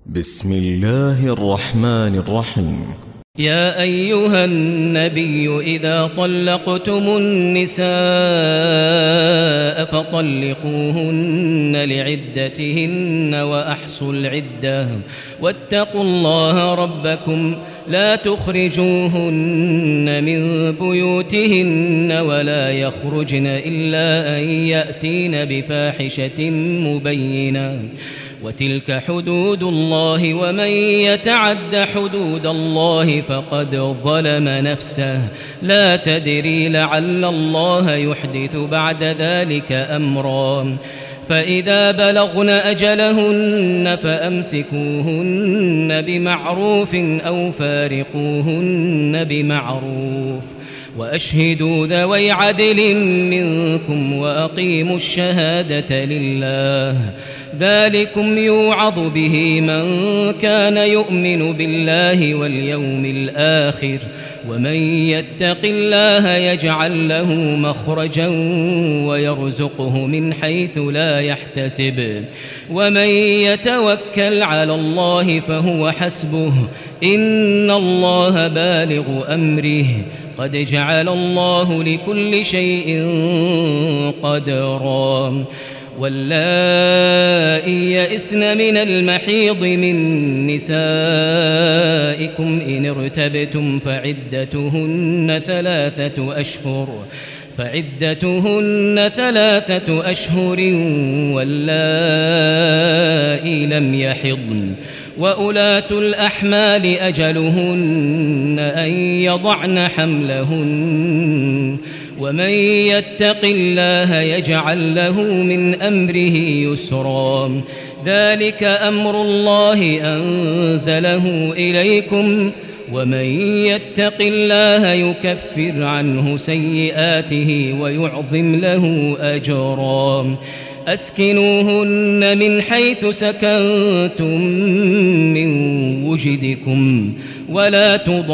بسم الله الرحمن الرحيم. يا أيها النبي إذا طلقتم النساء فطلقوهن لعدتهن وأحصوا العدة واتقوا الله ربكم لا تخرجوهن من بيوتهن ولا يخرجن إلا أن يأتين بفاحشة مبينة وتلك حدود الله ومن يتعد حدود الله فقد ظلم نفسه لا تدري لعل الله يحدث بعد ذلك أمرا فإذا بلغن أجلهن فأمسكوهن بمعروف أو فارقوهن بمعروف وأشهدوا ذوي عدل منكم وأقيموا الشهادة لله ذلكم يوعظ به من كان يؤمن بالله واليوم الآخر ومن يتق الله يجعل له مخرجا ويرزقه من حيث لا يحتسب ومن يتوكل على الله فهو حسبه إن الله بالغ أمره قد جعل الله لكل شيء قدرا واللائي يئسن من المحيض من نسائكم إن ارتبتم فعدتهن ثلاثة أشهر واللائي لم يحضن وأولاة الأحمال أجلهن أن يضعن حملهن ومن يتق الله يجعل له من أمره يسرا ذلك أمر الله أنزله إليكم ومن يتق الله يكفر عنه سيئاته ويعظم له أجرا أسكنوهن من حيث سكنتم من وجدكم ولا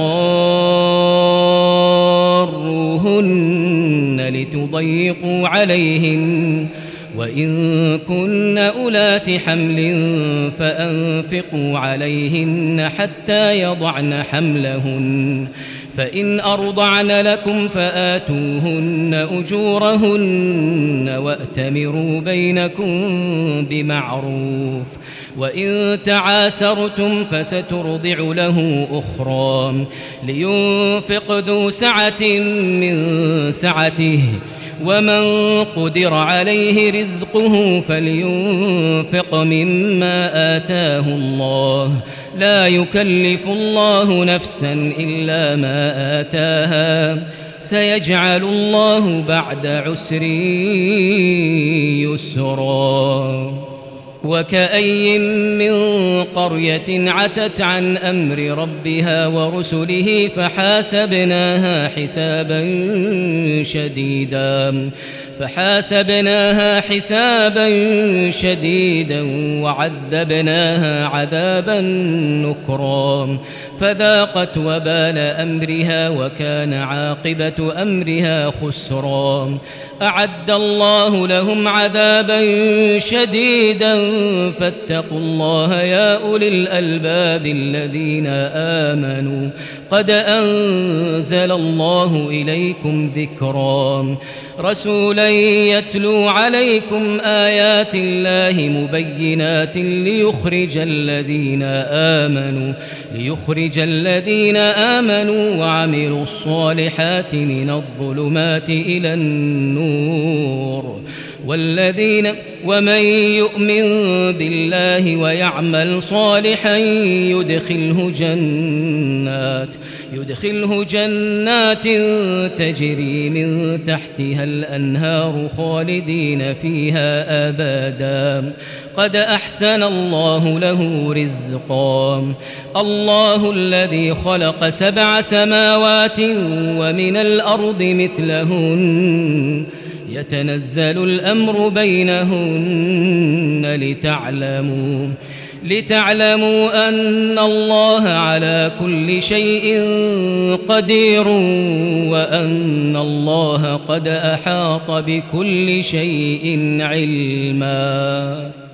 تضاروهن لتضيقوا عليهن وإن كن أولات حمل فأنفقوا عليهن حتى يضعن حملهن فإن أرضعن لكم فآتوهن أجورهن وأتمروا بينكم بمعروف وإن تعاسرتم فسترضع له أخرى لينفق ذو سعة من سعته ومن قدر عليه رزقه فلينفق مما آتاه الله لا يكلف الله نفسا إلا ما آتاها سيجعل الله بعد عسر يسرا وكأي من قرية عتت عن أمر ربها ورسله فحاسبناها حسابا شديدا وعذبناها عذابا نكرا فذاقت وبال أمرها وكان عاقبة أمرها خسرا أعد الله لهم عذابا شديدا فاتقوا الله يا أولي الألباب الذين آمنوا قد أنزل الله إليكم ذكرا رسولا يتلو عليكم آيات الله مبينات ليخرج الذين آمنوا وعملوا الصالحات من الظلمات إلى النور ومن يؤمن بالله ويعمل صالحا يدخله جنات تجري من تحتها الأنهار خالدين فيها أبدا قد أحسن الله له رزقا الله الذي خلق 7 سماوات ومن الأرض مثلهن يتنزل الأمر بينهن لتعلموا أن الله على كل شيء قدير وأن الله قد أحاط بكل شيء علما.